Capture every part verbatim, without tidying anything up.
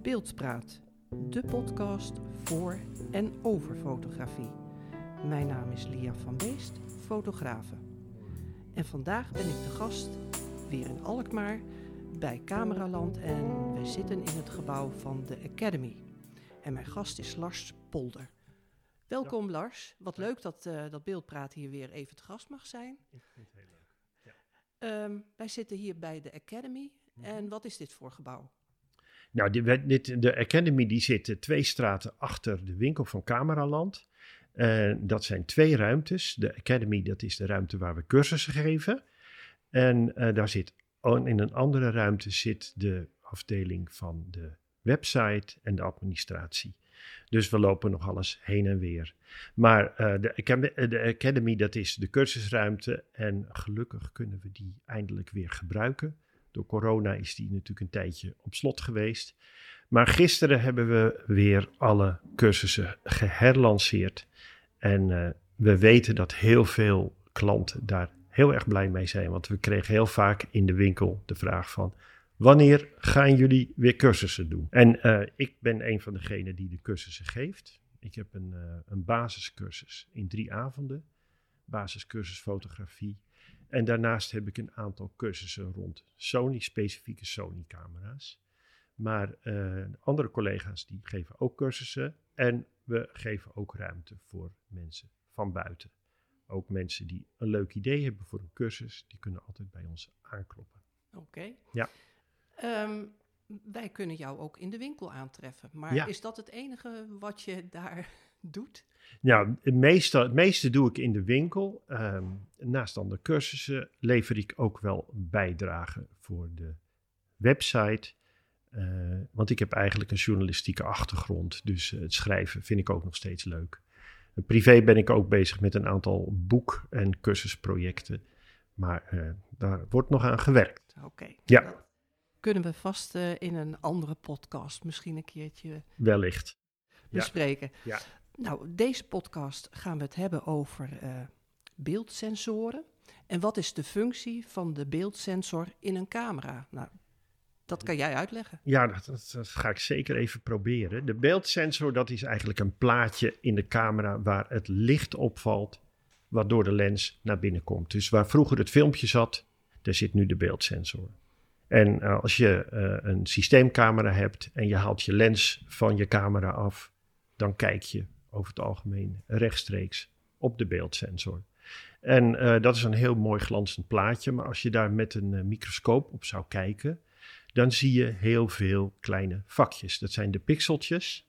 Beeldpraat, de podcast voor en over fotografie. Mijn naam is Lia van Beest, fotografe. En vandaag ben ik de gast weer in Alkmaar bij Cameraland en we zitten in het gebouw van de Academy. En mijn gast is Lars Polder. Welkom ja. Lars, wat leuk dat, uh, dat Beeldpraat hier weer even te gast mag zijn. Ik vind het heel leuk. Ja. Um, wij zitten hier bij de Academy. Mm-hmm. En wat is dit voor gebouw? Nou, die, dit, de Academy die zit twee straten achter de winkel van Cameraland. Uh, dat zijn twee ruimtes. De Academy, dat is de ruimte waar we cursussen geven. En uh, daar zit in een andere ruimte zit de afdeling van de website en de administratie. Dus we lopen nog alles heen en weer. Maar uh, de, Academy, de Academy, dat is de cursusruimte. En gelukkig kunnen we die eindelijk weer gebruiken. Door corona is die natuurlijk een tijdje op slot geweest. Maar gisteren hebben we weer alle cursussen geherlanceerd. En uh, we weten dat heel veel klanten daar heel erg blij mee zijn. Want we kregen heel vaak in de winkel de vraag van: wanneer gaan jullie weer cursussen doen? En uh, ik ben een van degenen die de cursussen geeft. Ik heb een, uh, een basiscursus in drie avonden. Basiscursus fotografie. En daarnaast heb ik een aantal cursussen rond Sony, specifieke Sony-camera's. Maar uh, andere collega's die geven ook cursussen. En we geven ook ruimte voor mensen van buiten. Ook mensen die een leuk idee hebben voor een cursus, die kunnen altijd bij ons aankloppen. Oké. Okay. Ja. Um, wij kunnen jou ook in de winkel aantreffen. Maar ja. Is dat het enige wat je daar doet? Nou, het meeste, het meeste doe ik in de winkel. Um, naast dan de cursussen lever ik ook wel bijdragen voor de website. Uh, want ik heb eigenlijk een journalistieke achtergrond. Dus uh, het schrijven vind ik ook nog steeds leuk. Uh, privé ben ik ook bezig met een aantal boek- en cursusprojecten. Maar uh, daar wordt nog aan gewerkt. Oké. Okay. Ja. Dat kunnen we vast uh, in een andere podcast misschien een keertje wellicht bespreken. Ja. Ja. Nou, deze podcast gaan we het hebben over uh, beeldsensoren. En wat is de functie van de beeldsensor in een camera? Nou, dat kan jij uitleggen. Ja, dat, dat, dat ga ik zeker even proberen. De beeldsensor, dat is eigenlijk een plaatje in de camera waar het licht opvalt, waardoor de lens naar binnen komt. Dus waar vroeger het filmpje zat, daar zit nu de beeldsensor. En uh, als je uh, een systeemcamera hebt en je haalt je lens van je camera af, dan kijk je over het algemeen rechtstreeks op de beeldsensor. En uh, dat is een heel mooi glanzend plaatje, maar als je daar met een uh, microscoop op zou kijken, dan zie je heel veel kleine vakjes. Dat zijn de pixeltjes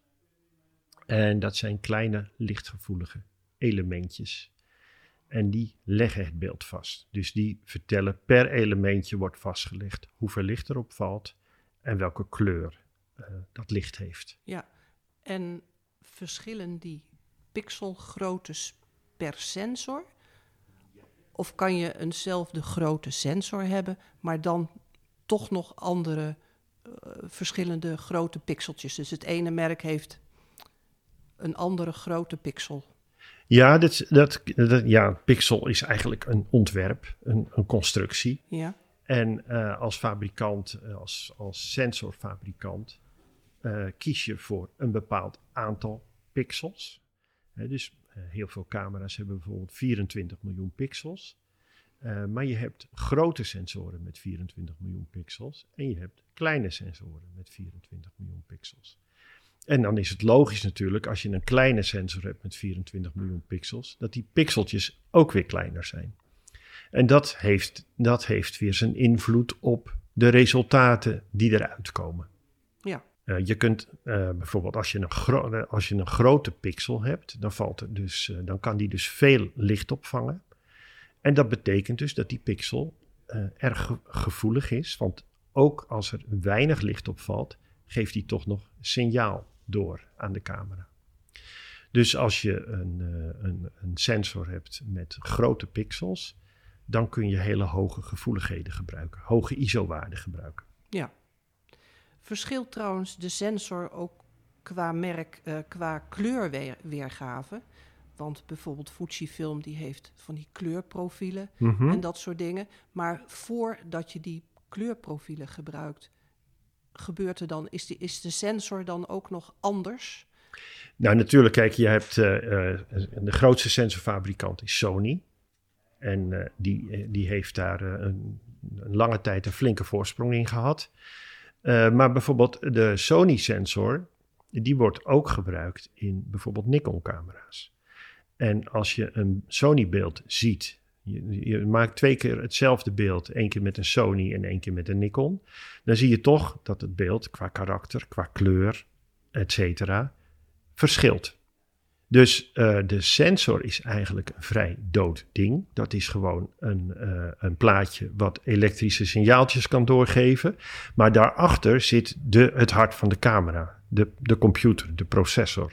en dat zijn kleine lichtgevoelige elementjes. En die leggen het beeld vast. Dus die vertellen per elementje wordt vastgelegd hoeveel licht erop valt en welke kleur uh, dat licht heeft. Ja, en verschillen die pixelgroottes per sensor? Of kan je eenzelfde grote sensor hebben, maar dan toch nog andere uh, verschillende grote pixeltjes? Dus het ene merk heeft een andere grote pixel. Ja, dat, dat, dat, ja, pixel is eigenlijk een ontwerp, een, een constructie. Ja. En uh, als fabrikant, als, als sensorfabrikant, uh, kies je voor een bepaald aantal pixels. He, dus uh, heel veel camera's hebben bijvoorbeeld vierentwintig miljoen pixels. Uh, maar je hebt grote sensoren met vierentwintig miljoen pixels. En je hebt kleine sensoren met vierentwintig miljoen pixels. En dan is het logisch natuurlijk, als je een kleine sensor hebt met vierentwintig miljoen pixels, dat die pixeltjes ook weer kleiner zijn. En dat heeft, dat heeft weer zijn invloed op de resultaten die eruit komen. Ja. Uh, je kunt uh, bijvoorbeeld, als je, een gro- als je een grote pixel hebt, dan, valt er dus, uh, dan kan die dus veel licht opvangen. En dat betekent dus dat die pixel uh, erg ge- gevoelig is, want ook als er weinig licht opvalt, geeft die toch nog signaal door aan de camera. Dus als je een, uh, een, een sensor hebt met grote pixels, dan kun je hele hoge gevoeligheden gebruiken, hoge I S O-waarden gebruiken. Ja. Verschilt trouwens de sensor ook qua merk, uh, qua kleurweergave? Want bijvoorbeeld Fujifilm die heeft van die kleurprofielen mm-hmm. en dat soort dingen. Maar voordat je die kleurprofielen gebruikt, gebeurt er dan? Is, die, is de sensor dan ook nog anders? Nou, natuurlijk, kijk, je hebt uh, uh, de grootste sensorfabrikant is Sony. En uh, die, uh, die heeft daar uh, een, een lange tijd een flinke voorsprong in gehad. Uh, maar bijvoorbeeld de Sony-sensor, die wordt ook gebruikt in bijvoorbeeld Nikon-camera's. En als je een Sony-beeld ziet, je, je maakt twee keer hetzelfde beeld, één keer met een Sony en één keer met een Nikon, dan zie je toch dat het beeld qua karakter, qua kleur, et cetera, verschilt. Dus uh, de sensor is eigenlijk een vrij dood ding. Dat is gewoon een, uh, een plaatje wat elektrische signaaltjes kan doorgeven. Maar daarachter zit de, het hart van de camera, de, de computer, de processor.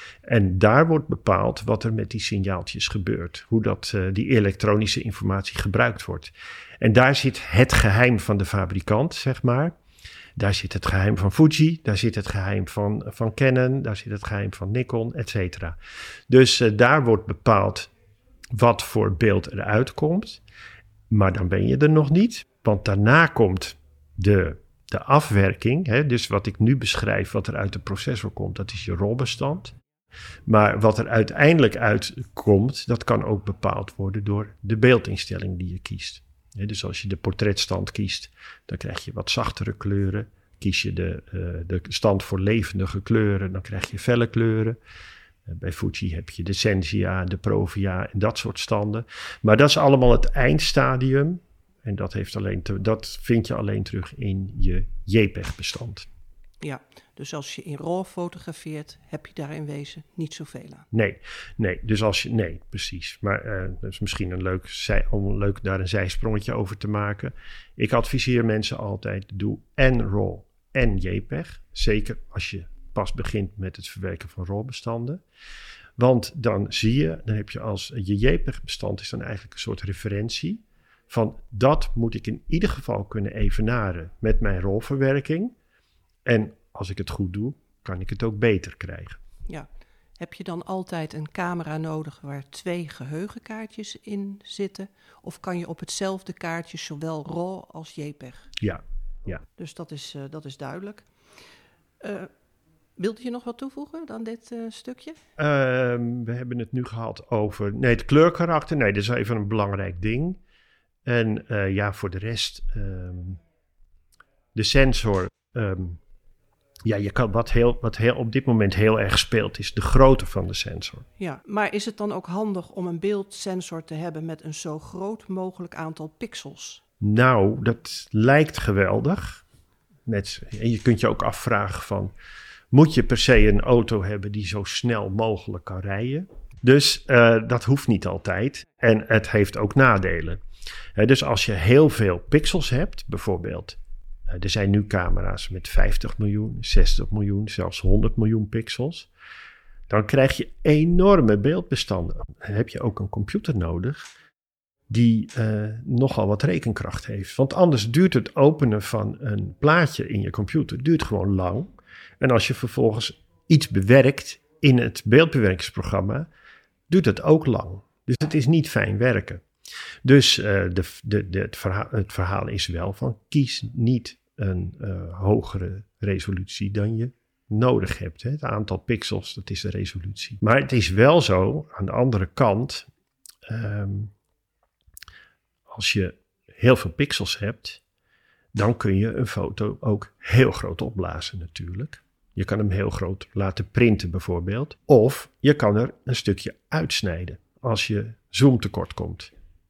En daar wordt bepaald wat er met die signaaltjes gebeurt. Hoe dat, uh, die elektronische informatie gebruikt wordt. En daar zit het geheim van de fabrikant, zeg maar. Daar zit het geheim van Fuji, daar zit het geheim van, van Canon, daar zit het geheim van Nikon, et cetera. Dus uh, daar wordt bepaald wat voor beeld eruit komt. Maar dan ben je er nog niet, want daarna komt de, de afwerking. Hè, dus wat ik nu beschrijf, wat er uit de processor komt, dat is je rolbestand. Maar wat er uiteindelijk uitkomt, dat kan ook bepaald worden door de beeldinstelling die je kiest. Ja, dus als je de portretstand kiest, dan krijg je wat zachtere kleuren. Kies je de, uh, de stand voor levendige kleuren, dan krijg je felle kleuren. Uh, bij Fuji heb je de Sensia, de Provia en dat soort standen. Maar dat is allemaal het eindstadium. En dat, heeft alleen te, dat vind je alleen terug in je JPEG-bestand. Ja, dus als je in RAW fotografeert, heb je daar in wezen niet zoveel aan. Nee, nee, dus als je, nee, precies. Maar uh, dat is misschien een leuk, zij, om leuk daar een zijsprongetje over te maken. Ik adviseer mensen altijd, doe en RAW en JPEG. Zeker als je pas begint met het verwerken van RAW-bestanden. Want dan zie je, dan heb je als je JPEG-bestand is dan eigenlijk een soort referentie. Van dat moet ik in ieder geval kunnen evenaren met mijn RAW-verwerking. En als ik het goed doe, kan ik het ook beter krijgen. Ja. Heb je dan altijd een camera nodig waar twee geheugenkaartjes in zitten? Of kan je op hetzelfde kaartje zowel RAW als JPEG? Ja, ja. Dus dat is, uh, dat is duidelijk. Uh, wilde je nog wat toevoegen aan dit uh, stukje? Uh, we hebben het nu gehad over... Nee, het kleurkarakter. Nee, dat is even een belangrijk ding. En uh, ja, voor de rest... Um, de sensor... Um, ja, je kan, wat, heel, wat heel, op dit moment heel erg speelt, is de grootte van de sensor. Ja, maar is het dan ook handig om een beeldsensor te hebben met een zo groot mogelijk aantal pixels? Nou, dat lijkt geweldig. Net, en je kunt je ook afvragen van, moet je per se een auto hebben die zo snel mogelijk kan rijden? Dus uh, dat hoeft niet altijd. En het heeft ook nadelen. Uh, dus als je heel veel pixels hebt, bijvoorbeeld... Er zijn nu camera's met vijftig miljoen, zestig miljoen, zelfs honderd miljoen pixels. Dan krijg je enorme beeldbestanden. Dan heb je ook een computer nodig die uh, nogal wat rekenkracht heeft. Want anders duurt het openen van een plaatje in je computer duurt gewoon lang. En als je vervolgens iets bewerkt in het beeldbewerkingsprogramma, duurt het ook lang. Dus het is niet fijn werken. Dus uh, de, de, de, het, verhaal, het verhaal is wel van kies niet een uh, hogere resolutie dan je nodig hebt. Hè. Het aantal pixels, dat is de resolutie. Maar het is wel zo, aan de andere kant, um, als je heel veel pixels hebt, dan kun je een foto ook heel groot opblazen natuurlijk. Je kan hem heel groot laten printen bijvoorbeeld. Of je kan er een stukje uitsnijden als je zoomtekort komt.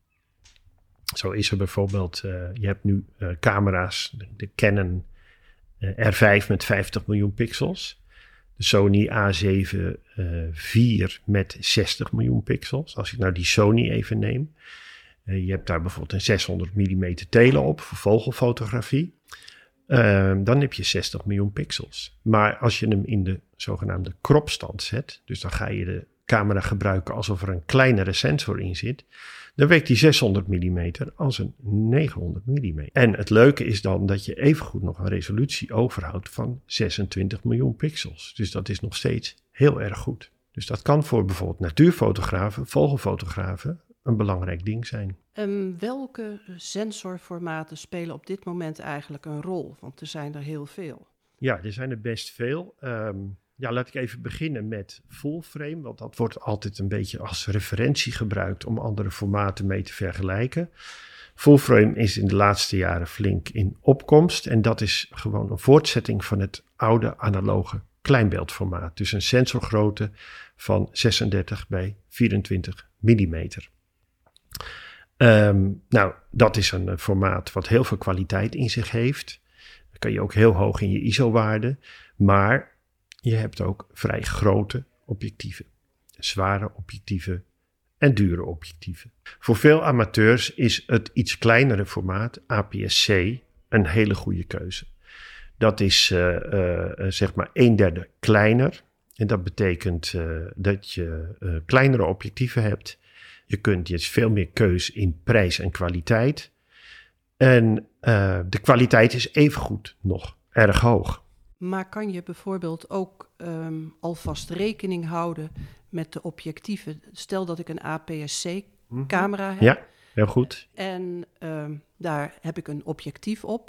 Zo is er bijvoorbeeld, uh, je hebt nu uh, camera's, de, de Canon uh, R vijf met vijftig miljoen pixels. De Sony A zeven vier uh, met zestig miljoen pixels. Als ik nou die Sony even neem. Uh, je hebt daar bijvoorbeeld een zeshonderd millimeter tele op voor vogelfotografie. Uh, dan heb je zestig miljoen pixels. Maar als je hem in de zogenaamde cropstand zet, dus dan ga je de camera gebruiken alsof er een kleinere sensor in zit, dan werkt die zeshonderd millimeter als een negenhonderd millimeter. En het leuke is dan dat je evengoed nog een resolutie overhoudt van zesentwintig miljoen pixels. Dus dat is nog steeds heel erg goed. Dus dat kan voor bijvoorbeeld natuurfotografen, vogelfotografen een belangrijk ding zijn. Um, welke sensorformaten spelen op dit moment eigenlijk een rol? Want er zijn er heel veel. Ja, er zijn er best veel. Um, ja, laat ik even beginnen met full frame, want dat wordt altijd een beetje als referentie gebruikt om andere formaten mee te vergelijken. Full frame is in de laatste jaren flink in opkomst en dat is gewoon een voortzetting van het oude analoge kleinbeeldformaat. Dus een sensorgrootte van zesendertig bij vierentwintig millimeter. Um, nou, dat is een formaat wat heel veel kwaliteit in zich heeft. Dan kan je ook heel hoog in je I S O-waarde, maar je hebt ook vrij grote objectieven, zware objectieven en dure objectieven. Voor veel amateurs is het iets kleinere formaat A P S C een hele goede keuze. Dat is uh, uh, zeg maar een derde kleiner en dat betekent uh, dat je uh, kleinere objectieven hebt. Je kunt je veel meer keus in prijs en kwaliteit. En uh, de kwaliteit is evengoed nog erg hoog. Maar kan je bijvoorbeeld ook um, alvast rekening houden met de objectieven? Stel dat ik een A P S C-camera heb. Ja, heel goed. En um, daar heb ik een objectief op.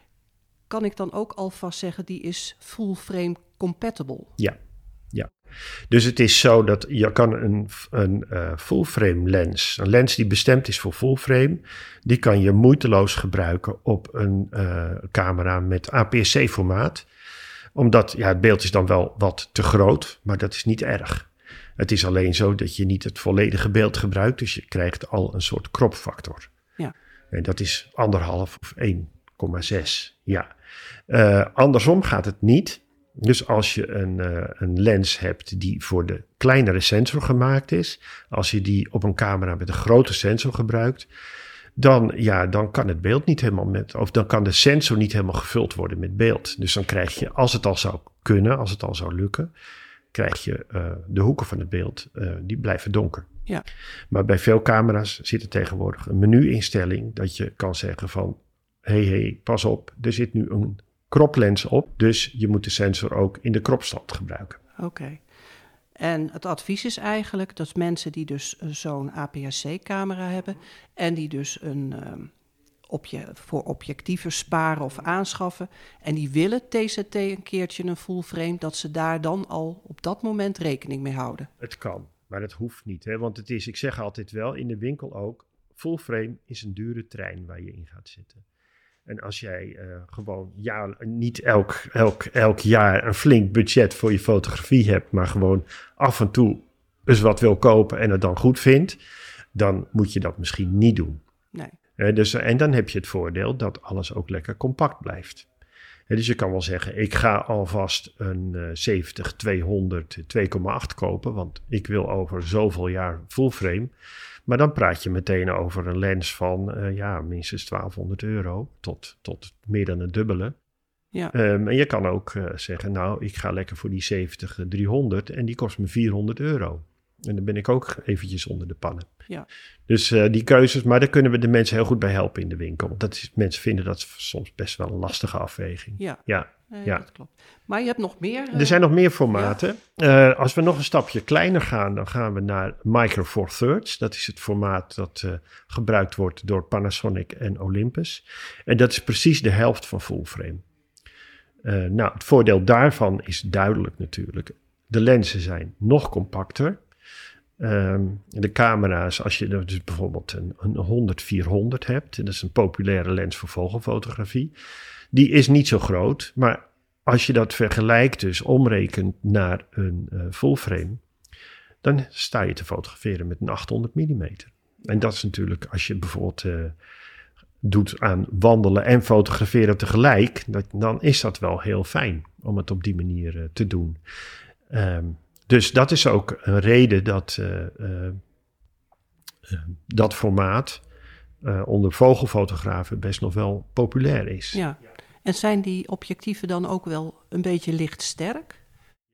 Kan ik dan ook alvast zeggen, die is full frame compatible? Ja, ja. Dus het is zo dat je kan een, een uh, full frame lens, een lens die bestemd is voor full frame, die kan je moeiteloos gebruiken op een uh, camera met A P S C-formaat. Omdat, ja, het beeld is dan wel wat te groot, maar dat is niet erg. Het is alleen zo dat je niet het volledige beeld gebruikt, dus je krijgt al een soort cropfactor. Ja. En dat is anderhalf of één komma zes, ja. Uh, andersom gaat het niet. Dus als je een, uh, een lens hebt die voor de kleinere sensor gemaakt is, als je die op een camera met een grote sensor gebruikt, dan, ja, dan kan het beeld niet helemaal met, of dan kan de sensor niet helemaal gevuld worden met beeld. Dus dan krijg je, als het al zou kunnen, als het al zou lukken, krijg je uh, de hoeken van het beeld, uh, die blijven donker. Ja. Maar bij veel camera's zit er tegenwoordig een menu-instelling dat je kan zeggen van, hé, hey, hey, pas op, er zit nu een croplens op, dus je moet de sensor ook in de cropstand gebruiken. Oké. Okay. En het advies is eigenlijk dat mensen die dus zo'n A P S C-camera hebben en die dus een um, obje- voor objectieven sparen of aanschaffen en die willen T Z T een keertje een full frame, dat ze daar dan al op dat moment rekening mee houden. Het kan, maar dat hoeft niet, hè? Want het is, ik zeg altijd wel, in de winkel ook, full frame is een dure trein waar je in gaat zitten. En als jij uh, gewoon ja, niet elk, elk, elk jaar een flink budget voor je fotografie hebt, maar gewoon af en toe eens wat wil kopen en het dan goed vindt, dan moet je dat misschien niet doen. Nee. Uh, dus, en dan heb je het voordeel dat alles ook lekker compact blijft. Uh, dus je kan wel zeggen, ik ga alvast een uh, zeventig tweehonderd twee komma acht kopen, want ik wil over zoveel jaar full frame. Maar dan praat je meteen over een lens van uh, ja, minstens twaalfhonderd euro tot, tot meer dan het dubbele. Ja. Um, en je kan ook uh, zeggen, nou, ik ga lekker voor die zeventig driehonderd en die kost me vierhonderd euro. En dan ben ik ook eventjes onder de pannen. Ja. Dus uh, die keuzes, maar daar kunnen we de mensen heel goed bij helpen in de winkel. Want dat is, mensen vinden dat soms best wel een lastige afweging. Ja. Ja. Nee, ja. dat klopt. Maar je hebt nog meer... Uh... Er zijn nog meer formaten. Ja. Uh, als we nog een stapje kleiner gaan, dan gaan we naar Micro Four Thirds. Dat is het formaat dat uh, gebruikt wordt door Panasonic en Olympus. En dat is precies de helft van full frame. Uh, nou, het voordeel daarvan is duidelijk natuurlijk. De lenzen zijn nog compacter. Um, de camera's, als je dus bijvoorbeeld een, een honderd vierhonderd hebt, dat is een populaire lens voor vogelfotografie, die is niet zo groot, maar als je dat vergelijkt, dus omrekent naar een uh, full frame, dan sta je te fotograferen met een achthonderd millimeter. En dat is natuurlijk, als je bijvoorbeeld uh, doet aan wandelen en fotograferen tegelijk, dat, dan is dat wel heel fijn om het op die manier uh, te doen. Um, Dus dat is ook een reden dat uh, uh, uh, dat formaat uh, onder vogelfotografen best nog wel populair is. Ja, en zijn die objectieven dan ook wel een beetje lichtsterk?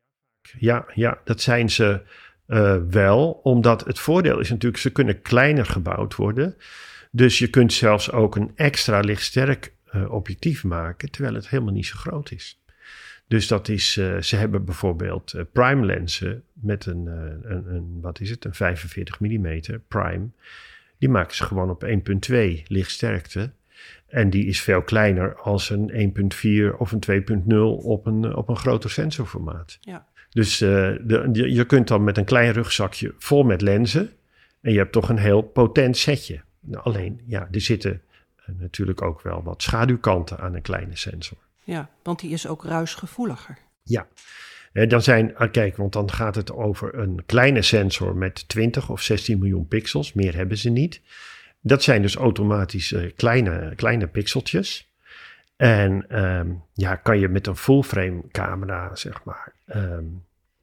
Ja, ja, dat zijn ze uh, wel, omdat het voordeel is natuurlijk, ze kunnen kleiner gebouwd worden. Dus je kunt zelfs ook een extra lichtsterk uh, objectief maken, terwijl het helemaal niet zo groot is. Dus dat is, uh, ze hebben bijvoorbeeld uh, prime lenzen met een, uh, een, een, wat is het, een vijfenveertig millimeter prime. Die maken ze gewoon op één komma twee lichtsterkte. En die is veel kleiner als een één komma vier of een twee punt nul op een, op een groter sensorformaat. Ja. Dus uh, de, de, je kunt dan met een klein rugzakje vol met lenzen en je hebt toch een heel potent setje. Nou, alleen, ja, er zitten uh, natuurlijk ook wel wat schaduwkanten aan een kleine sensor. Ja, want die is ook ruisgevoeliger. Ja, uh, dan zijn, uh, kijk, want dan gaat het over een kleine sensor met twintig of zestien miljoen pixels. Meer hebben ze niet. Dat zijn dus automatisch uh, kleine, kleine pixeltjes. En um, ja, kan je met een full-frame camera, zeg maar, um,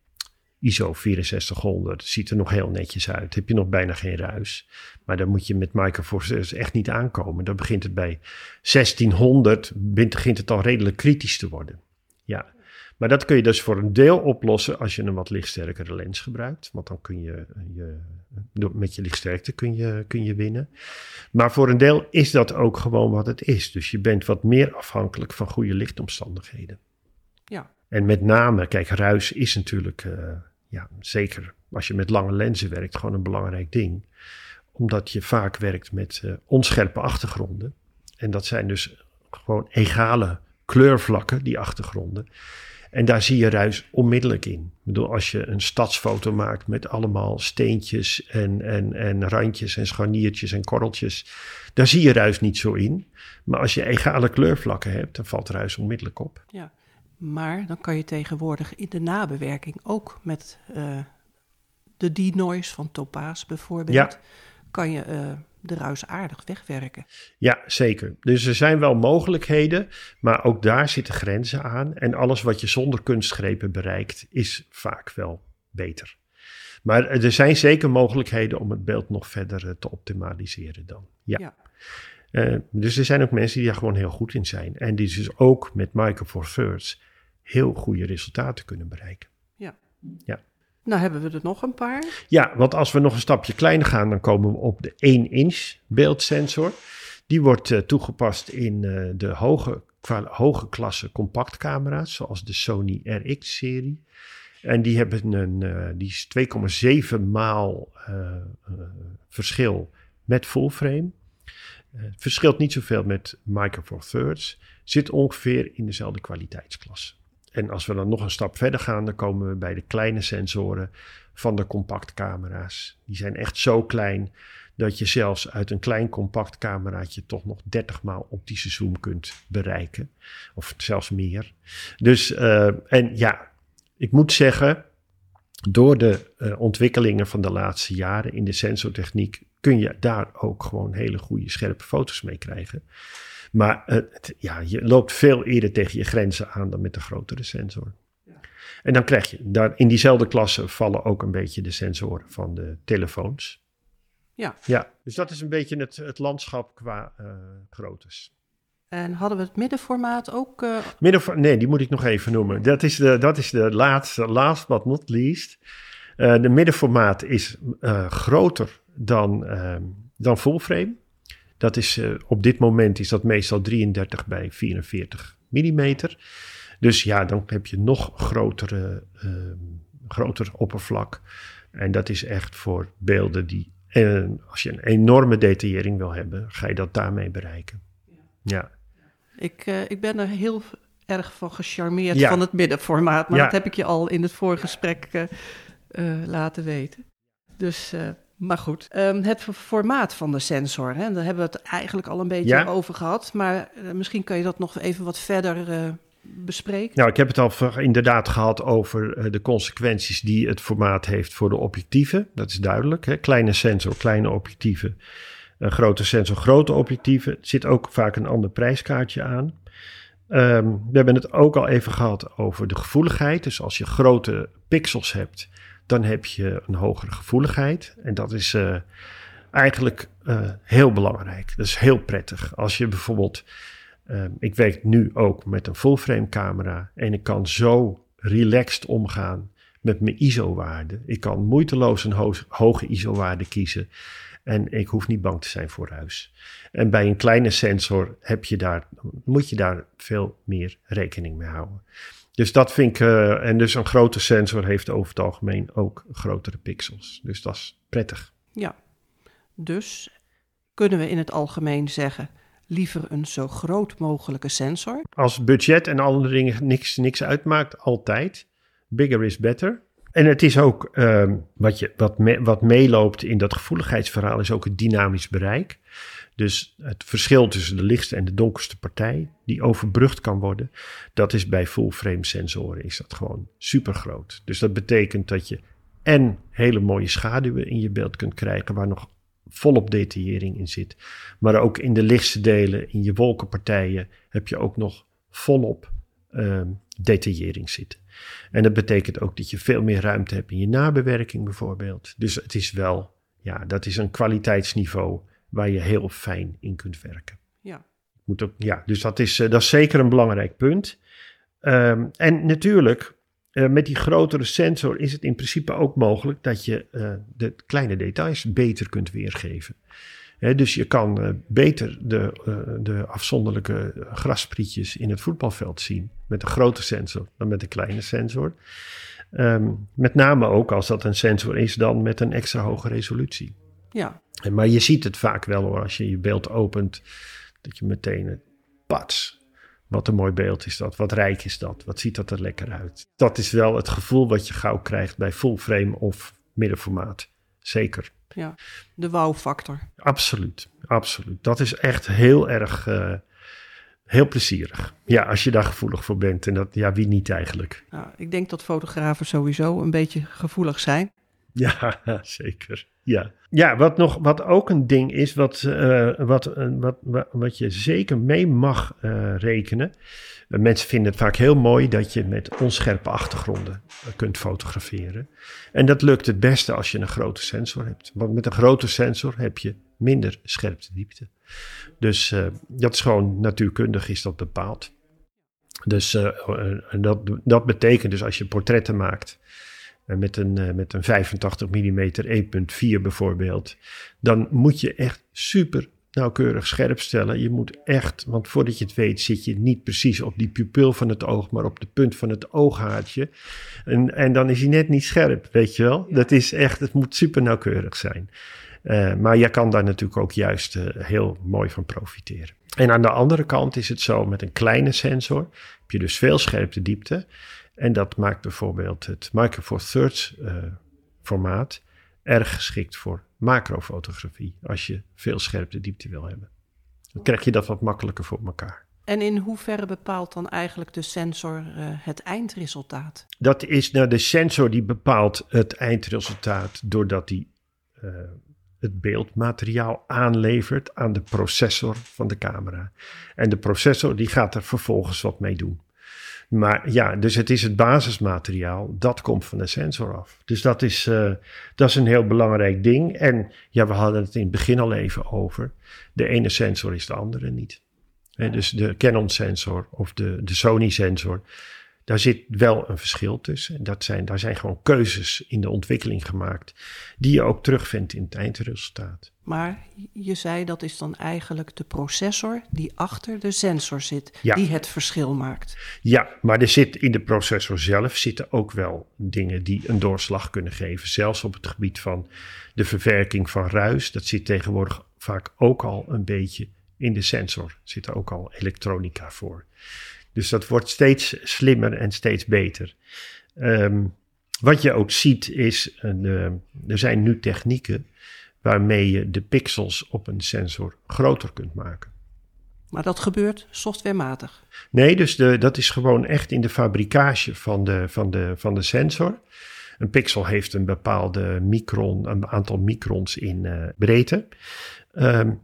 I S O vierenzestighonderd, ziet er nog heel netjes uit. Heb je nog bijna geen ruis. Maar dan moet je met Micro Four Thirds echt niet aankomen. Dan begint het bij zestienhonderd, begint het al redelijk kritisch te worden. Ja. Maar dat kun je dus voor een deel oplossen als je een wat lichtsterkere lens gebruikt. Want dan kun je, je met je lichtsterkte kun je, kun je winnen. Maar voor een deel is dat ook gewoon wat het is. Dus je bent wat meer afhankelijk van goede lichtomstandigheden. Ja. En met name, kijk, ruis is natuurlijk, uh, ja, zeker als je met lange lenzen werkt, gewoon een belangrijk ding. Omdat je vaak werkt met uh, onscherpe achtergronden. En dat zijn dus gewoon egale kleurvlakken, die achtergronden. En daar zie je ruis onmiddellijk in. Ik bedoel, als je een stadsfoto maakt met allemaal steentjes en, en, en randjes en scharniertjes en korreltjes, daar zie je ruis niet zo in. Maar als je egale kleurvlakken hebt, dan valt ruis onmiddellijk op. Ja, maar dan kan je tegenwoordig in de nabewerking ook met uh, de denoise van Topaz bijvoorbeeld, ja. kan je uh, de ruis aardig wegwerken. Ja, zeker. Dus er zijn wel mogelijkheden, maar ook daar zitten grenzen aan. En alles wat je zonder kunstgrepen bereikt, is vaak wel beter. Maar er zijn zeker mogelijkheden om het beeld nog verder uh, te optimaliseren dan. Ja. ja. Uh, dus er zijn ook mensen die daar gewoon heel goed in zijn. En die dus ook met Micro Four Thirds heel goede resultaten kunnen bereiken. Ja. Ja. Nou hebben we er nog een paar. Ja, want als we nog een stapje kleiner gaan, dan komen we op de één inch beeldsensor. Die wordt uh, toegepast in uh, de hoge, hoge klasse compactcamera's, zoals de Sony R X-serie. En die hebben een, uh, die is twee komma zeven maal uh, uh, verschil met fullframe. Uh, het verschilt niet zoveel met Micro Four Thirds. Zit ongeveer in dezelfde kwaliteitsklasse. En als we dan nog een stap verder gaan, dan komen we bij de kleine sensoren van de compactcamera's. Die zijn echt zo klein dat je zelfs uit een klein compact cameraatje toch nog dertig maal optische zoom kunt bereiken. Of zelfs meer. Dus, uh, en ja, ik moet zeggen, door de uh, ontwikkelingen van de laatste jaren in de sensortechniek kun je daar ook gewoon hele goede scherpe foto's mee krijgen. Maar uh, het, ja, je loopt veel eerder tegen je grenzen aan dan met de grotere sensor. Ja. En dan krijg je, daar in diezelfde klasse vallen ook een beetje de sensoren van de telefoons. Ja. Ja, dus dat is een beetje het, het landschap qua uh, groottes. En hadden we het middenformaat ook? Uh... Middenfor- nee, die moet ik nog even noemen. Dat is de, dat is de laatste, last but not least. Uh, de middenformaat is uh, groter dan, uh, dan fullframe. Dat is, uh, op dit moment is dat meestal drieëndertig bij vierenveertig millimeter. Dus ja, dan heb je nog grotere, uh, groter oppervlak. En dat is echt voor beelden die, uh, als je een enorme detaillering wil hebben, ga je dat daarmee bereiken. Ja. Ik, uh, ik ben er heel erg van gecharmeerd ja. van het middenformaat. Maar ja. dat heb ik je al in het vorige gesprek uh, uh, laten weten. Dus... Uh, Maar goed, um, het formaat van de sensor, hè, daar hebben we het eigenlijk al een beetje ja. over gehad. Maar uh, misschien kan je dat nog even wat verder uh, bespreken. Nou, ik heb het al inderdaad gehad over uh, de consequenties die het formaat heeft voor de objectieven. Dat is duidelijk. Hè? Kleine sensor, kleine objectieven. Een grote sensor, grote objectieven. Er zit ook vaak een ander prijskaartje aan. Um, we hebben het ook al even gehad over de gevoeligheid. Dus als je grote pixels hebt, dan heb je een hogere gevoeligheid. En dat is uh, eigenlijk uh, heel belangrijk. Dat is heel prettig. Als je bijvoorbeeld... Uh, ik werk nu ook met een fullframe camera. En ik kan zo relaxed omgaan met mijn I S O-waarde. Ik kan moeiteloos een ho- hoge I S O-waarde kiezen. En ik hoef niet bang te zijn voor ruis. En bij een kleine sensor heb je daar, moet je daar veel meer rekening mee houden. Dus dat vind ik, uh, en dus een grote sensor heeft over het algemeen ook grotere pixels. Dus dat is prettig. Ja, dus kunnen we in het algemeen zeggen, liever een zo groot mogelijke sensor? Als budget en andere dingen niks, niks uitmaakt, altijd. Bigger is better. En het is ook, um, wat, je, wat, me, wat meeloopt in dat gevoeligheidsverhaal, is ook het dynamisch bereik. Dus het verschil tussen de lichtste en de donkerste partij, die overbrugd kan worden, dat is bij full-frame sensoren is dat gewoon super groot. Dus dat betekent dat je en hele mooie schaduwen in je beeld kunt krijgen, waar nog volop detaillering in zit. Maar ook in de lichtste delen, in je wolkenpartijen, heb je ook nog volop um, detaillering zitten. En dat betekent ook dat je veel meer ruimte hebt in je nabewerking bijvoorbeeld. Dus het is wel, ja, dat is een kwaliteitsniveau waar je heel fijn in kunt werken. Ja. Moet ook, ja, dus dat is, uh, dat is zeker een belangrijk punt. Um, en natuurlijk, uh, met die grotere sensor is het in principe ook mogelijk dat je uh, de kleine details beter kunt weergeven. He, dus je kan uh, beter de, uh, de afzonderlijke grassprietjes in het voetbalveld zien met een grote sensor dan met een kleine sensor. Um, met name ook als dat een sensor is dan met een extra hoge resolutie. Ja. Maar je ziet het vaak wel hoor, als je je beeld opent, dat je meteen, pats, wat een mooi beeld is dat, wat rijk is dat, wat ziet dat er lekker uit. Dat is wel het gevoel wat je gauw krijgt bij full frame of middenformaat, zeker. Ja, de wow-factor. Absoluut, absoluut. Dat is echt heel erg, uh, heel plezierig. Ja, als je daar gevoelig voor bent en dat, ja, wie niet eigenlijk. Nou, ik denk dat fotografen sowieso een beetje gevoelig zijn. Ja, zeker. Ja, ja wat, nog, wat ook een ding is, wat, uh, wat, uh, wat, wat, wat je zeker mee mag uh, rekenen. Uh, mensen vinden het vaak heel mooi dat je met onscherpe achtergronden uh, kunt fotograferen. En dat lukt het beste als je een grote sensor hebt. Want met een grote sensor heb je minder scherptediepte. Dus uh, dat is gewoon natuurkundig is dat bepaald. Dus uh, uh, dat, dat betekent dus als je portretten maakt met een, met een vijfentachtig millimeter één komma vier bijvoorbeeld, dan moet je echt super nauwkeurig scherp stellen. Je moet echt, want voordat je het weet zit je niet precies op die pupil van het oog, maar op de punt van het ooghaartje. En, en dan is hij net niet scherp, weet je wel. Dat is echt, het moet super nauwkeurig zijn. Uh, maar je kan daar natuurlijk ook juist uh, heel mooi van profiteren. En aan de andere kant is het zo, met een kleine sensor heb je dus veel scherptediepte. En dat maakt bijvoorbeeld het Micro Four Thirds uh, formaat erg geschikt voor macrofotografie. Als je veel scherptediepte wil hebben. Dan krijg je dat wat makkelijker voor elkaar. En in hoeverre bepaalt dan eigenlijk de sensor uh, het eindresultaat? Dat is nou de sensor die bepaalt het eindresultaat doordat hij uh, het beeldmateriaal aanlevert aan de processor van de camera. En de processor die gaat er vervolgens wat mee doen. Maar ja, dus het is het basismateriaal, dat komt van de sensor af. Dus dat is, uh, dat is een heel belangrijk ding. En ja, we hadden het in het begin al even over. De ene sensor is de andere niet. He, dus de Canon sensor of de, de Sony sensor, daar zit wel een verschil tussen. Dat zijn, daar zijn gewoon keuzes in de ontwikkeling gemaakt die je ook terugvindt in het eindresultaat. Maar je zei dat is dan eigenlijk de processor die achter de sensor zit, ja. die het verschil maakt. Ja, maar er zit in de processor zelf zitten ook wel dingen die een doorslag kunnen geven. Zelfs op het gebied van de verwerking van ruis. Dat zit tegenwoordig vaak ook al een beetje in de sensor. Zit er ook al elektronica voor. Dus dat wordt steeds slimmer en steeds beter. Um, wat je ook ziet is, een, uh, er zijn nu technieken waarmee je de pixels op een sensor groter kunt maken. Maar dat gebeurt softwarematig? Nee, dus de, dat is gewoon echt in de fabricage van de, van, de, van de sensor. Een pixel heeft een bepaalde micron, een aantal microns in uh, breedte. Um,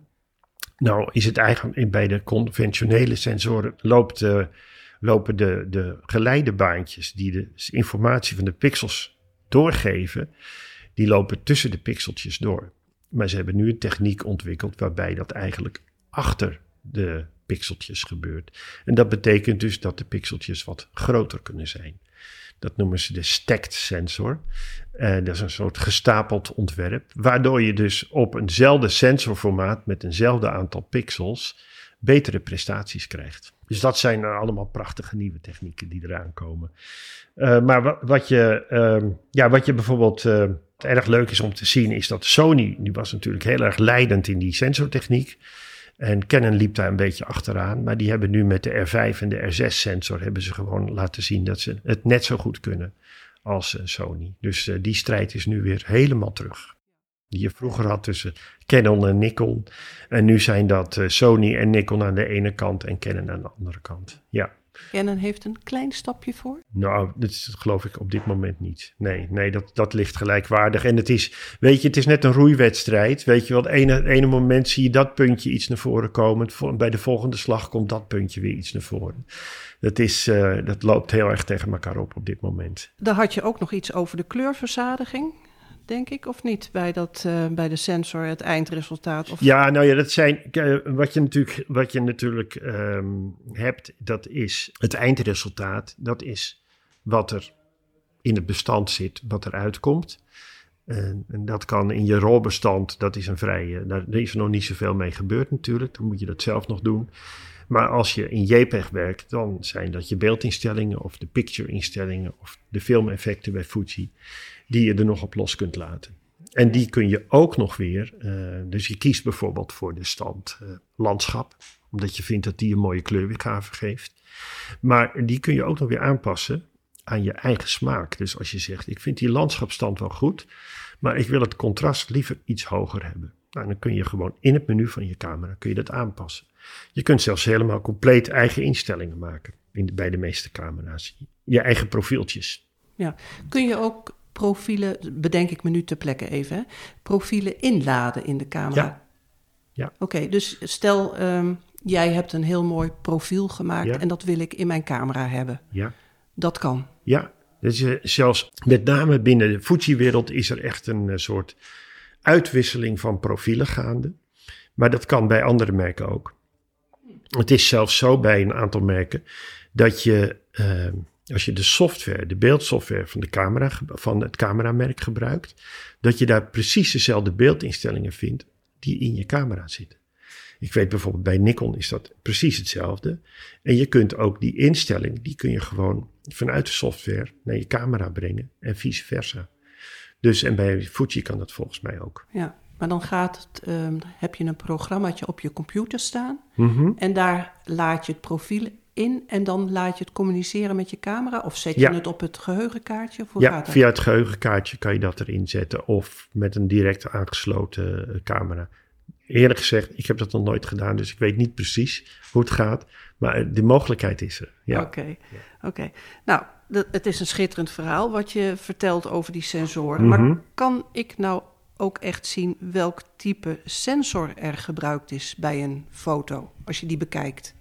nou is het eigenlijk bij de conventionele sensoren loopt, uh, lopen de, de geleidebaantjes die de informatie van de pixels doorgeven, die lopen tussen de pixeltjes door. Maar ze hebben nu een techniek ontwikkeld waarbij dat eigenlijk achter de pixeltjes gebeurt. En dat betekent dus dat de pixeltjes wat groter kunnen zijn. Dat noemen ze de stacked sensor. Uh, dat is een soort gestapeld ontwerp, waardoor je dus op eenzelfde sensorformaat met eenzelfde aantal pixels betere prestaties krijgt. Dus dat zijn allemaal prachtige nieuwe technieken die eraan komen. Uh, maar wat, wat, je, uh, ja, wat je bijvoorbeeld uh, Wat erg leuk is om te zien is dat Sony, die was natuurlijk heel erg leidend in die sensortechniek. En Canon liep daar een beetje achteraan. Maar die hebben nu met de R vijf en de R zes sensor hebben ze gewoon laten zien dat ze het net zo goed kunnen als uh, Sony. Dus uh, die strijd is nu weer helemaal terug. Die je vroeger had tussen Canon en Nikon. En nu zijn dat uh, Sony en Nikon aan de ene kant en Canon aan de andere kant. Ja. Canon heeft een klein stapje voor? Nou, dat is, geloof ik op dit moment niet. Nee, nee dat, dat ligt gelijkwaardig. En het is, weet je, het is net een roeiwedstrijd. Weet je wel, het ene, het ene moment zie je dat puntje iets naar voren komen. Bij de volgende slag komt dat puntje weer iets naar voren. Dat, is, uh, dat loopt heel erg tegen elkaar op op dit moment. Daar had je ook nog iets over de kleurverzadiging, denk ik, of niet? Bij, dat, uh, bij de sensor, het eindresultaat? Of... Ja, nou ja, dat zijn, uh, wat je natuurlijk, wat je natuurlijk um, hebt, dat is het eindresultaat. Dat is wat er in het bestand zit, wat eruit komt. Uh, en dat kan in je rolbestand, dat is een vrije, daar is er nog niet zoveel mee gebeurd natuurlijk. Dan moet je dat zelf nog doen. Maar als je in JPEG werkt, dan zijn dat je beeldinstellingen of de picture-instellingen of de filmeffecten bij Fuji, die je er nog op los kunt laten. En die kun je ook nog weer, uh, dus je kiest bijvoorbeeld voor de stand uh, landschap, omdat je vindt dat die een mooie kleurweergave geeft. Maar die kun je ook nog weer aanpassen aan je eigen smaak. Dus als je zegt, ik vind die landschapstand wel goed, maar ik wil het contrast liever iets hoger hebben. Nou, dan kun je gewoon in het menu van je camera kun je dat aanpassen. Je kunt zelfs helemaal compleet eigen instellingen maken in de, bij de meeste camera's. Je eigen profieltjes. Ja, kun je ook profielen, bedenk ik me nu ter plekke even, hè, profielen inladen in de camera? Ja. ja. Oké, okay, dus stel um, jij hebt een heel mooi profiel gemaakt ja. en dat wil ik in mijn camera hebben. Ja. Dat kan. Ja, dus uh, zelfs met name binnen de Fuji-wereld is er echt een uh, soort uitwisseling van profielen gaande. Maar dat kan bij andere merken ook. Het is zelfs zo bij een aantal merken dat je, uh, als je de software, de beeldsoftware van, de camera, van het cameramerk gebruikt, dat je daar precies dezelfde beeldinstellingen vindt die in je camera zitten. Ik weet bijvoorbeeld bij Nikon is dat precies hetzelfde. En je kunt ook die instelling, die kun je gewoon vanuit de software naar je camera brengen en vice versa. Dus en bij Fuji kan dat volgens mij ook. Ja. Maar dan gaat het, um, heb je een programmaatje op je computer staan. Mm-hmm. En daar laat je het profiel in en dan laat je het communiceren met je camera? Of zet je ja. het op het geheugenkaartje? Of hoe ja, gaat dat? Via het geheugenkaartje kan je dat erin zetten of met een direct aangesloten uh, camera. Eerlijk gezegd, ik heb dat nog nooit gedaan, dus ik weet niet precies hoe het gaat. Maar de mogelijkheid is er. Ja. Oké, okay. ja. okay. Nou, d- het is een schitterend verhaal wat je vertelt over die sensoren. Mm-hmm. Maar kan ik nou ook echt zien welk type sensor er gebruikt is bij een foto, als je die bekijkt?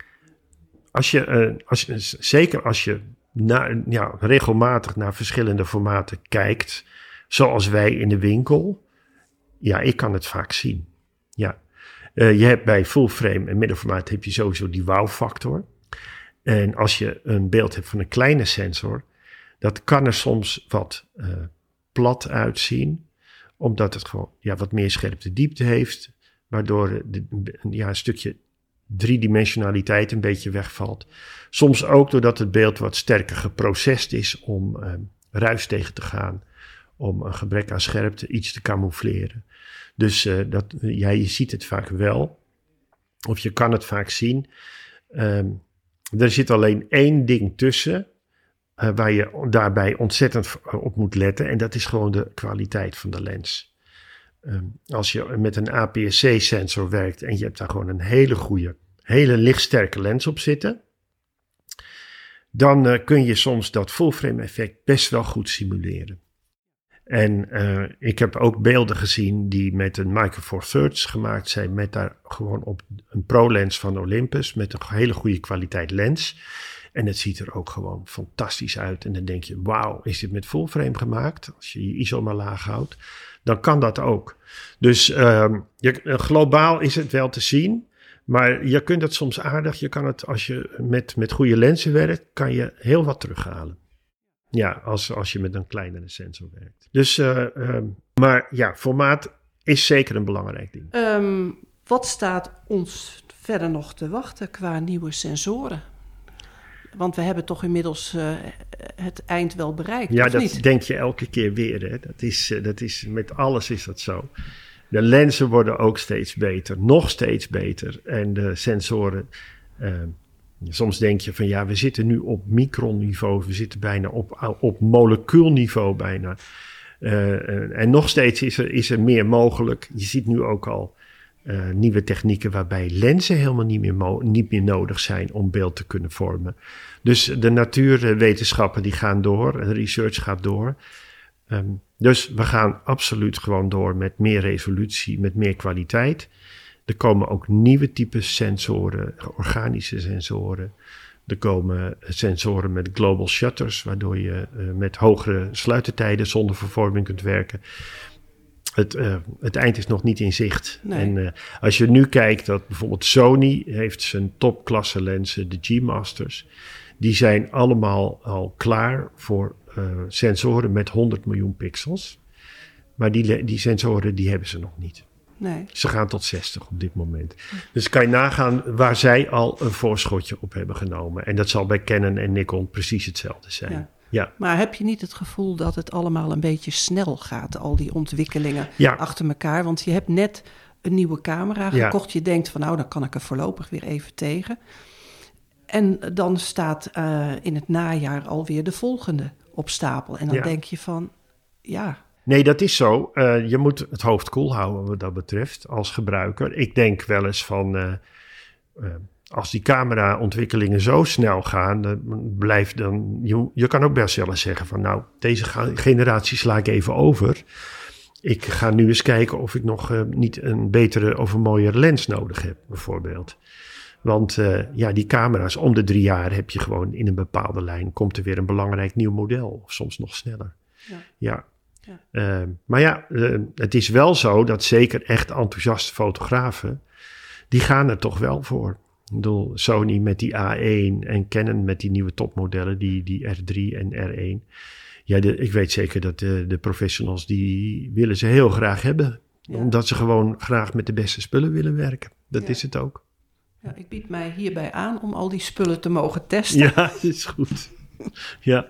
Als je, uh, als je zeker als je na, ja, regelmatig naar verschillende formaten kijkt, zoals wij in de winkel, ja, ik kan het vaak zien. Ja. Uh, je hebt bij full frame en middenformaat heb je sowieso die wow-factor. En als je een beeld hebt van een kleine sensor, dat kan er soms wat uh, plat uitzien, omdat het gewoon ja, wat meer scherpte diepte heeft, waardoor de, ja, een stukje driedimensionaliteit een beetje wegvalt. Soms ook doordat het beeld wat sterker geprocessed is om uh, ruis tegen te gaan, om een gebrek aan scherpte iets te camoufleren. Dus uh, dat, ja, je ziet het vaak wel, of je kan het vaak zien. Um, er zit alleen één ding tussen, Uh, waar je daarbij ontzettend op moet letten. En dat is gewoon de kwaliteit van de lens. Um, als je met een A P S C sensor werkt en je hebt daar gewoon een hele goede, hele lichtsterke lens op zitten, dan uh, kun je soms dat full frame effect best wel goed simuleren. En uh, ik heb ook beelden gezien die met een Micro Four Thirds gemaakt zijn, met daar gewoon op een Pro lens van Olympus, met een hele goede kwaliteit lens. En het ziet er ook gewoon fantastisch uit. En dan denk je, wauw, is dit met full frame gemaakt? Als je je I S O maar laag houdt, dan kan dat ook. Dus um, je, globaal is het wel te zien. Maar je kunt het soms aardig. Je kan het, als je met, met goede lenzen werkt, kan je heel wat terughalen. Ja, als, als je met een kleinere sensor werkt. Dus, uh, um, maar ja, formaat is zeker een belangrijk ding. Um, wat staat ons verder nog te wachten qua nieuwe sensoren? Want we hebben toch inmiddels uh, het eind wel bereikt, Ja, of dat niet? denk je elke keer weer. Hè? Dat is, uh, dat is, met alles is dat zo. De lenzen worden ook steeds beter, nog steeds beter. En de sensoren, uh, soms denk je van ja, we zitten nu op micronniveau. We zitten bijna op, op molecuulniveau bijna. Uh, en nog steeds is er, is er meer mogelijk. Je ziet nu ook al uh, nieuwe technieken waarbij lenzen helemaal niet meer, mo- niet meer nodig zijn om beeld te kunnen vormen. Dus de natuurwetenschappen die gaan door, de research gaat door. Um, dus we gaan absoluut gewoon door met meer resolutie, met meer kwaliteit. Er komen ook nieuwe types sensoren, organische sensoren. Er komen sensoren met global shutters, waardoor je uh, met hogere sluitertijden zonder vervorming kunt werken. Het, uh, het eind is nog niet in zicht. Nee. En uh, als je nu kijkt dat bijvoorbeeld Sony heeft zijn topklasse lenzen, de G-Masters. Die zijn allemaal al klaar voor uh, sensoren met honderd miljoen pixels. Maar die, die sensoren die hebben ze nog niet. Nee. Ze gaan tot zestig op dit moment. Dus kan je nagaan waar zij al een voorschotje op hebben genomen. En dat zal bij Canon en Nikon precies hetzelfde zijn. Ja. Ja. Maar heb je niet het gevoel dat het allemaal een beetje snel gaat, al die ontwikkelingen Ja. achter elkaar? Want je hebt net een nieuwe camera gekocht. Ja. Je denkt van nou, dan kan ik er voorlopig weer even tegen. En dan staat uh, in het najaar alweer de volgende op stapel. En dan Ja. denk je van, ja... Nee, dat is zo. Uh, je moet het hoofd koel houden wat dat betreft als gebruiker. Ik denk wel eens van... Uh, uh, als die camera-ontwikkelingen zo snel gaan... dan blijft dan... Je, je kan ook best wel eens zeggen van... nou, deze generatie sla ik even over. Ik ga nu eens kijken of ik nog uh, niet een betere of een mooiere lens nodig heb, bijvoorbeeld. Want uh, ja, die camera's, om de drie jaar heb je gewoon in een bepaalde lijn... komt er weer een belangrijk nieuw model, of soms nog sneller. Ja. ja. Ja. Uh, maar ja, uh, het is wel zo dat zeker echt enthousiaste fotografen, die gaan er toch wel voor. Ik bedoel, Sony met die A één en Canon met die nieuwe topmodellen, die, die R drie en R één. Ja, de, ik weet zeker dat de, de professionals, die willen ze heel graag hebben. Ja. Omdat ze gewoon graag met de beste spullen willen werken. Dat ja. is het ook. Ja, ik bied mij hierbij aan om al die spullen te mogen testen. Ja, dat is goed. Ja.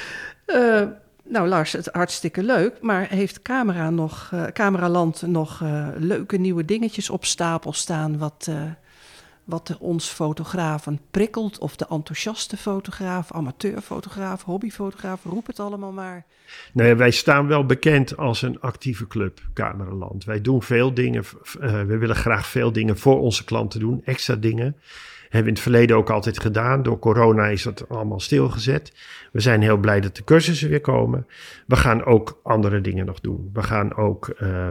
Uh, Nou Lars, het hartstikke leuk, maar heeft Camera nog, uh, Cameraland nog uh, leuke nieuwe dingetjes op stapel staan... wat, uh, wat ons fotografen prikkelt, of de enthousiaste fotograaf, amateurfotograaf, hobbyfotograaf, roep het allemaal maar. Nee, wij staan wel bekend als een actieve club, Cameraland. Wij doen veel dingen, uh, we willen graag veel dingen voor onze klanten doen, extra dingen... Hebben we in het verleden ook altijd gedaan. Door corona is dat allemaal stilgezet. We zijn heel blij dat de cursussen weer komen. We gaan ook andere dingen nog doen. We gaan ook, uh,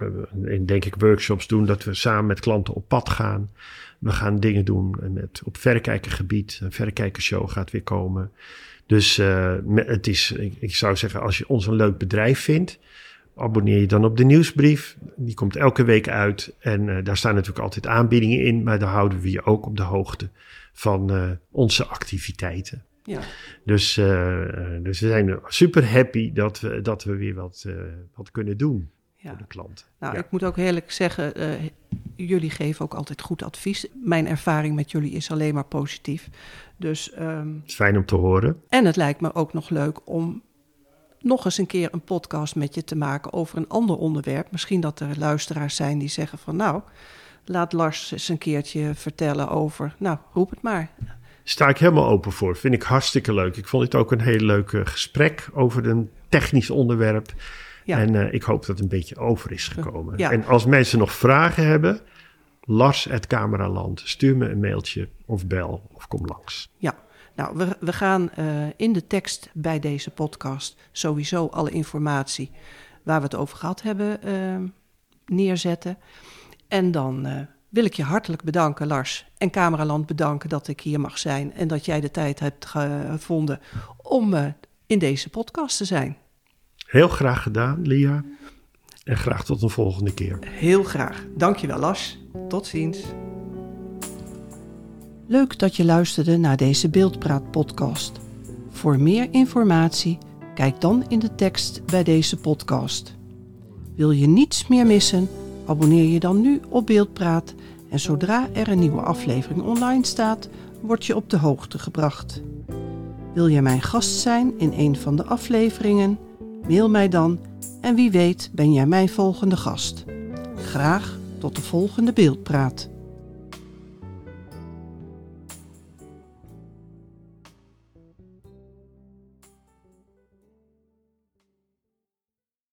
denk ik, workshops doen dat we samen met klanten op pad gaan. We gaan dingen doen met, op verrekijkergebied. Een verrekijkershow gaat weer komen. Dus uh, het is, ik, ik zou zeggen, als je ons een leuk bedrijf vindt, abonneer je dan op de nieuwsbrief. Die komt elke week uit. En uh, daar staan natuurlijk altijd aanbiedingen in. Maar daar houden we je ook op de hoogte van uh, onze activiteiten. Ja. Dus, uh, dus we zijn super happy dat we, dat we weer wat, uh, wat kunnen doen ja. voor de klant. Nou, ja. ik moet ook eerlijk zeggen, uh, jullie geven ook altijd goed advies. Mijn ervaring met jullie is alleen maar positief. Dus, um, het is fijn om te horen. En het lijkt me ook nog leuk om nog eens een keer een podcast met je te maken over een ander onderwerp. Misschien dat er luisteraars zijn die zeggen van nou, laat Lars eens een keertje vertellen over, nou, roep het maar. Sta ik helemaal open voor. Vind ik hartstikke leuk. Ik vond dit ook een heel leuk uh, gesprek over een technisch onderwerp. Ja. En uh, ik hoop dat het een beetje over is gekomen. Ja. En als mensen nog vragen hebben, Lars at Cameraland, stuur me een mailtje of bel of kom langs. Ja. Nou, we, we gaan uh, in de tekst bij deze podcast sowieso alle informatie waar we het over gehad hebben uh, neerzetten. En dan uh, wil ik je hartelijk bedanken, Lars, en Cameraland bedanken dat ik hier mag zijn en dat jij de tijd hebt gevonden om uh, in deze podcast te zijn. Heel graag gedaan, Lia. En graag tot een volgende keer. Heel graag. Dankjewel, Lars. Tot ziens. Leuk dat je luisterde naar deze Beeldpraat-podcast. Voor meer informatie, kijk dan in de tekst bij deze podcast. Wil je niets meer missen? Abonneer je dan nu op Beeldpraat en zodra er een nieuwe aflevering online staat, word je op de hoogte gebracht. Wil jij mijn gast zijn in een van de afleveringen? Mail mij dan en wie weet ben jij mijn volgende gast. Graag tot de volgende Beeldpraat.